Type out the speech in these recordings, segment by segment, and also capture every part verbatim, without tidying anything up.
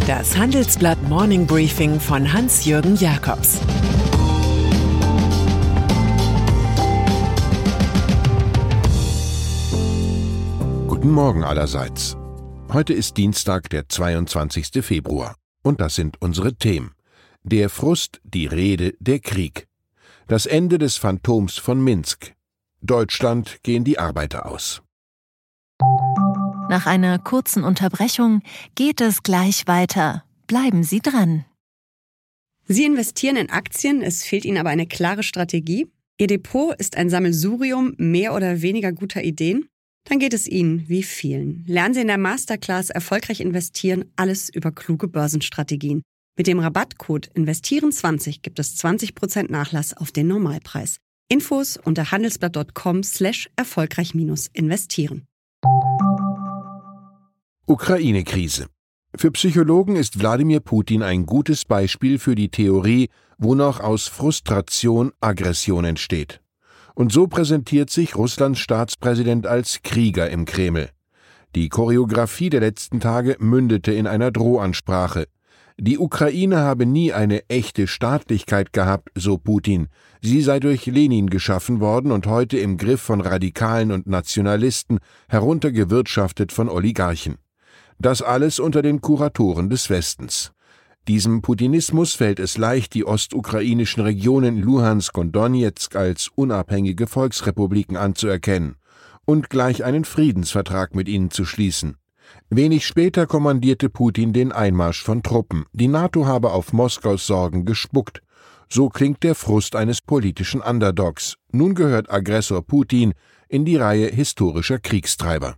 Das Handelsblatt Morning Briefing von Hans-Jürgen Jakobs. Guten Morgen allerseits. Heute ist Dienstag, der zweiundzwanzigster Februar. Und das sind unsere Themen. Der Frust, die Rede, der Krieg. Das Ende des Phantoms von Minsk. Deutschland gehen die Arbeiter aus. Nach einer kurzen Unterbrechung geht es gleich weiter. Bleiben Sie dran. Sie investieren in Aktien, es fehlt Ihnen aber eine klare Strategie. Ihr Depot ist ein Sammelsurium mehr oder weniger guter Ideen. Dann geht es Ihnen wie vielen. Lernen Sie in der Masterclass Erfolgreich investieren, alles über kluge Börsenstrategien. Mit dem Rabattcode investieren zwanzig gibt es zwanzig Prozent Nachlass auf den Normalpreis. Infos unter handelsblatt.com slash erfolgreich minus investieren. Ukraine-Krise. Für Psychologen ist Wladimir Putin ein gutes Beispiel für die Theorie, wonach aus Frustration Aggression entsteht. Und so präsentiert sich Russlands Staatspräsident als Krieger im Kreml. Die Choreografie der letzten Tage mündete in einer Drohansprache. Die Ukraine habe nie eine echte Staatlichkeit gehabt, so Putin. Sie sei durch Lenin geschaffen worden und heute im Griff von Radikalen und Nationalisten, heruntergewirtschaftet von Oligarchen. Das alles unter den Kuratoren des Westens. Diesem Putinismus fällt es leicht, die ostukrainischen Regionen Luhansk und Donezk als unabhängige Volksrepubliken anzuerkennen und gleich einen Friedensvertrag mit ihnen zu schließen. Wenig später kommandierte Putin den Einmarsch von Truppen. Die NATO habe auf Moskaus Sorgen gespuckt. So klingt der Frust eines politischen Underdogs. Nun gehört Aggressor Putin in die Reihe historischer Kriegstreiber.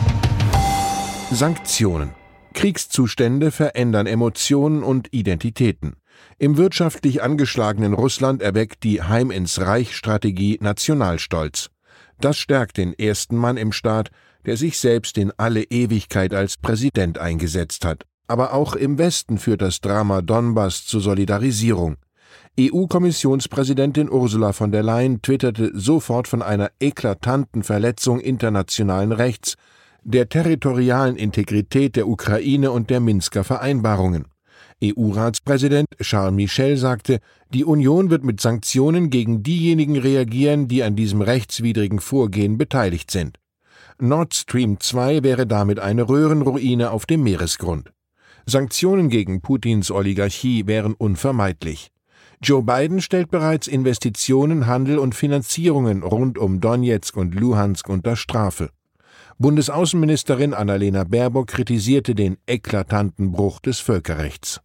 Sanktionen. Kriegszustände verändern Emotionen und Identitäten. Im wirtschaftlich angeschlagenen Russland erweckt die Heim-ins-Reich-Strategie Nationalstolz. Das stärkt den ersten Mann im Staat, der sich selbst in alle Ewigkeit als Präsident eingesetzt hat. Aber auch im Westen führt das Drama Donbass zur Solidarisierung. E U-Kommissionspräsidentin Ursula von der Leyen twitterte sofort von einer eklatanten Verletzung internationalen Rechts, der territorialen Integrität der Ukraine und der Minsker Vereinbarungen. E U-Ratspräsident Charles Michel sagte, die Union wird mit Sanktionen gegen diejenigen reagieren, die an diesem rechtswidrigen Vorgehen beteiligt sind. Nord Stream zwei wäre damit eine Röhrenruine auf dem Meeresgrund. Sanktionen gegen Putins Oligarchie wären unvermeidlich. Joe Biden stellt bereits Investitionen, Handel und Finanzierungen rund um Donezk und Luhansk unter Strafe. Bundesaußenministerin Annalena Baerbock kritisierte den eklatanten Bruch des Völkerrechts.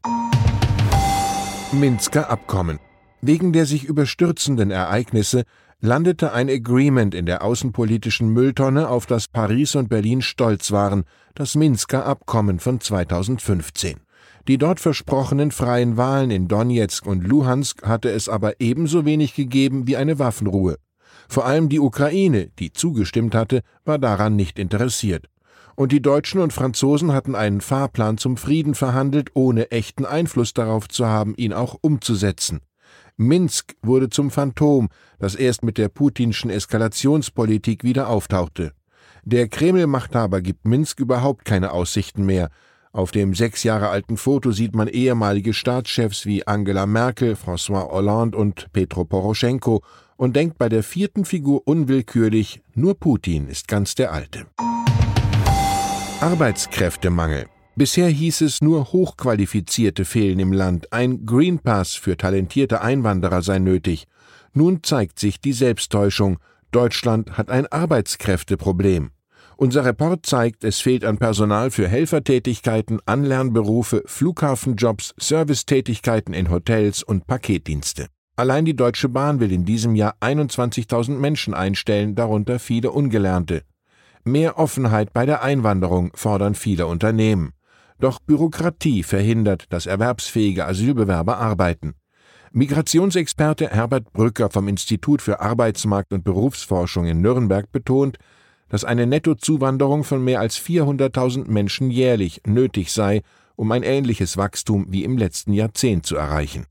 Minsker Abkommen. Wegen der sich überstürzenden Ereignisse landete ein Agreement in der außenpolitischen Mülltonne, auf das Paris und Berlin stolz waren, das Minsker Abkommen von zweitausendfünfzehn. Die dort versprochenen freien Wahlen in Donezk und Luhansk hatte es aber ebenso wenig gegeben wie eine Waffenruhe. Vor allem die Ukraine, die zugestimmt hatte, war daran nicht interessiert. Und die Deutschen und Franzosen hatten einen Fahrplan zum Frieden verhandelt, ohne echten Einfluss darauf zu haben, ihn auch umzusetzen. Minsk wurde zum Phantom, das erst mit der putinschen Eskalationspolitik wieder auftauchte. Der Kreml-Machthaber gibt Minsk überhaupt keine Aussichten mehr. Auf dem sechs Jahre alten Foto sieht man ehemalige Staatschefs wie Angela Merkel, François Hollande und Petro Poroschenko und denkt bei der vierten Figur unwillkürlich, nur Putin ist ganz der Alte. Arbeitskräftemangel. Bisher hieß es, nur Hochqualifizierte fehlen im Land, ein Green Pass für talentierte Einwanderer sei nötig. Nun zeigt sich die Selbsttäuschung, Deutschland hat ein Arbeitskräfteproblem. Unser Report zeigt, es fehlt an Personal für Helfertätigkeiten, Anlernberufe, Flughafenjobs, Servicetätigkeiten in Hotels und Paketdienste. Allein die Deutsche Bahn will in diesem Jahr einundzwanzigtausend Menschen einstellen, darunter viele Ungelernte. Mehr Offenheit bei der Einwanderung fordern viele Unternehmen. Doch Bürokratie verhindert, dass erwerbsfähige Asylbewerber arbeiten. Migrationsexperte Herbert Brücker vom Institut für Arbeitsmarkt- und Berufsforschung in Nürnberg betont, dass eine Nettozuwanderung von mehr als vierhunderttausend Menschen jährlich nötig sei, um ein ähnliches Wachstum wie im letzten Jahrzehnt zu erreichen.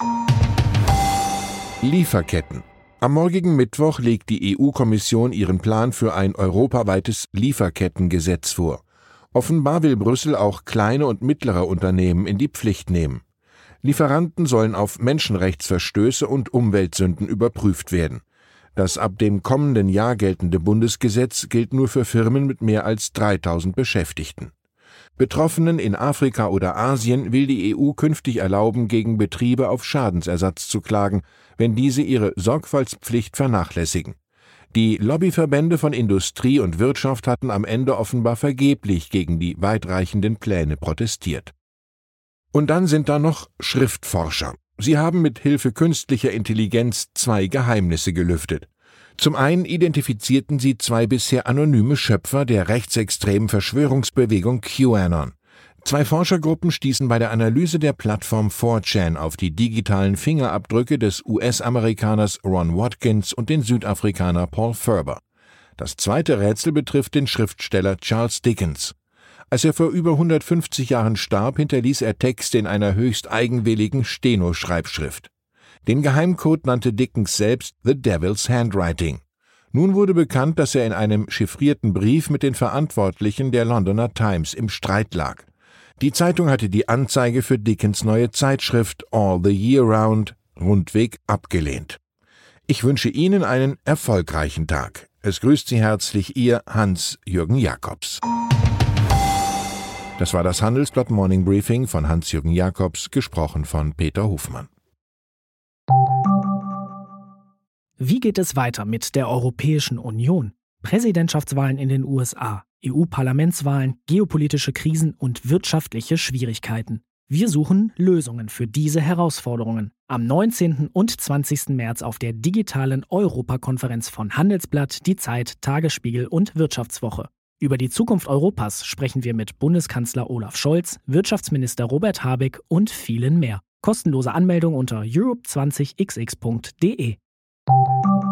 Lieferketten. Am morgigen Mittwoch legt die E U-Kommission ihren Plan für ein europaweites Lieferkettengesetz vor. Offenbar will Brüssel auch kleine und mittlere Unternehmen in die Pflicht nehmen. Lieferanten sollen auf Menschenrechtsverstöße und Umweltsünden überprüft werden. Das ab dem kommenden Jahr geltende Bundesgesetz gilt nur für Firmen mit mehr als dreitausend Beschäftigten. Betroffenen in Afrika oder Asien will die E U künftig erlauben, gegen Betriebe auf Schadensersatz zu klagen, wenn diese ihre Sorgfaltspflicht vernachlässigen. Die Lobbyverbände von Industrie und Wirtschaft hatten am Ende offenbar vergeblich gegen die weitreichenden Pläne protestiert. Und dann sind da noch Schriftforscher. Sie haben mit Hilfe künstlicher Intelligenz zwei Geheimnisse gelüftet. Zum einen identifizierten sie zwei bisher anonyme Schöpfer der rechtsextremen Verschwörungsbewegung QAnon. Zwei Forschergruppen stießen bei der Analyse der Plattform four chan auf die digitalen Fingerabdrücke des U S-Amerikaners Ron Watkins und den Südafrikaner Paul Ferber. Das zweite Rätsel betrifft den Schriftsteller Charles Dickens. Als er vor über hundertfünfzig Jahren starb, hinterließ er Texte in einer höchst eigenwilligen Steno-Schreibschrift. Den Geheimcode nannte Dickens selbst The Devil's Handwriting. Nun wurde bekannt, dass er in einem chiffrierten Brief mit den Verantwortlichen der Londoner Times im Streit lag. Die Zeitung hatte die Anzeige für Dickens neue Zeitschrift All the Year Round rundweg abgelehnt. Ich wünsche Ihnen einen erfolgreichen Tag. Es grüßt Sie herzlich Ihr Hans-Jürgen Jakobs. Das war das Handelsblatt Morning Briefing von Hans-Jürgen Jakobs, gesprochen von Peter Hofmann. Wie geht es weiter mit der Europäischen Union? Präsidentschaftswahlen in den U S A, E U-Parlamentswahlen, geopolitische Krisen und wirtschaftliche Schwierigkeiten. Wir suchen Lösungen für diese Herausforderungen. Am neunzehnten und zwanzigsten März auf der digitalen Europakonferenz von Handelsblatt, Die Zeit, Tagesspiegel und Wirtschaftswoche. Über die Zukunft Europas sprechen wir mit Bundeskanzler Olaf Scholz, Wirtschaftsminister Robert Habeck und vielen mehr. Kostenlose Anmeldung unter europe zwanzig x x punkt de.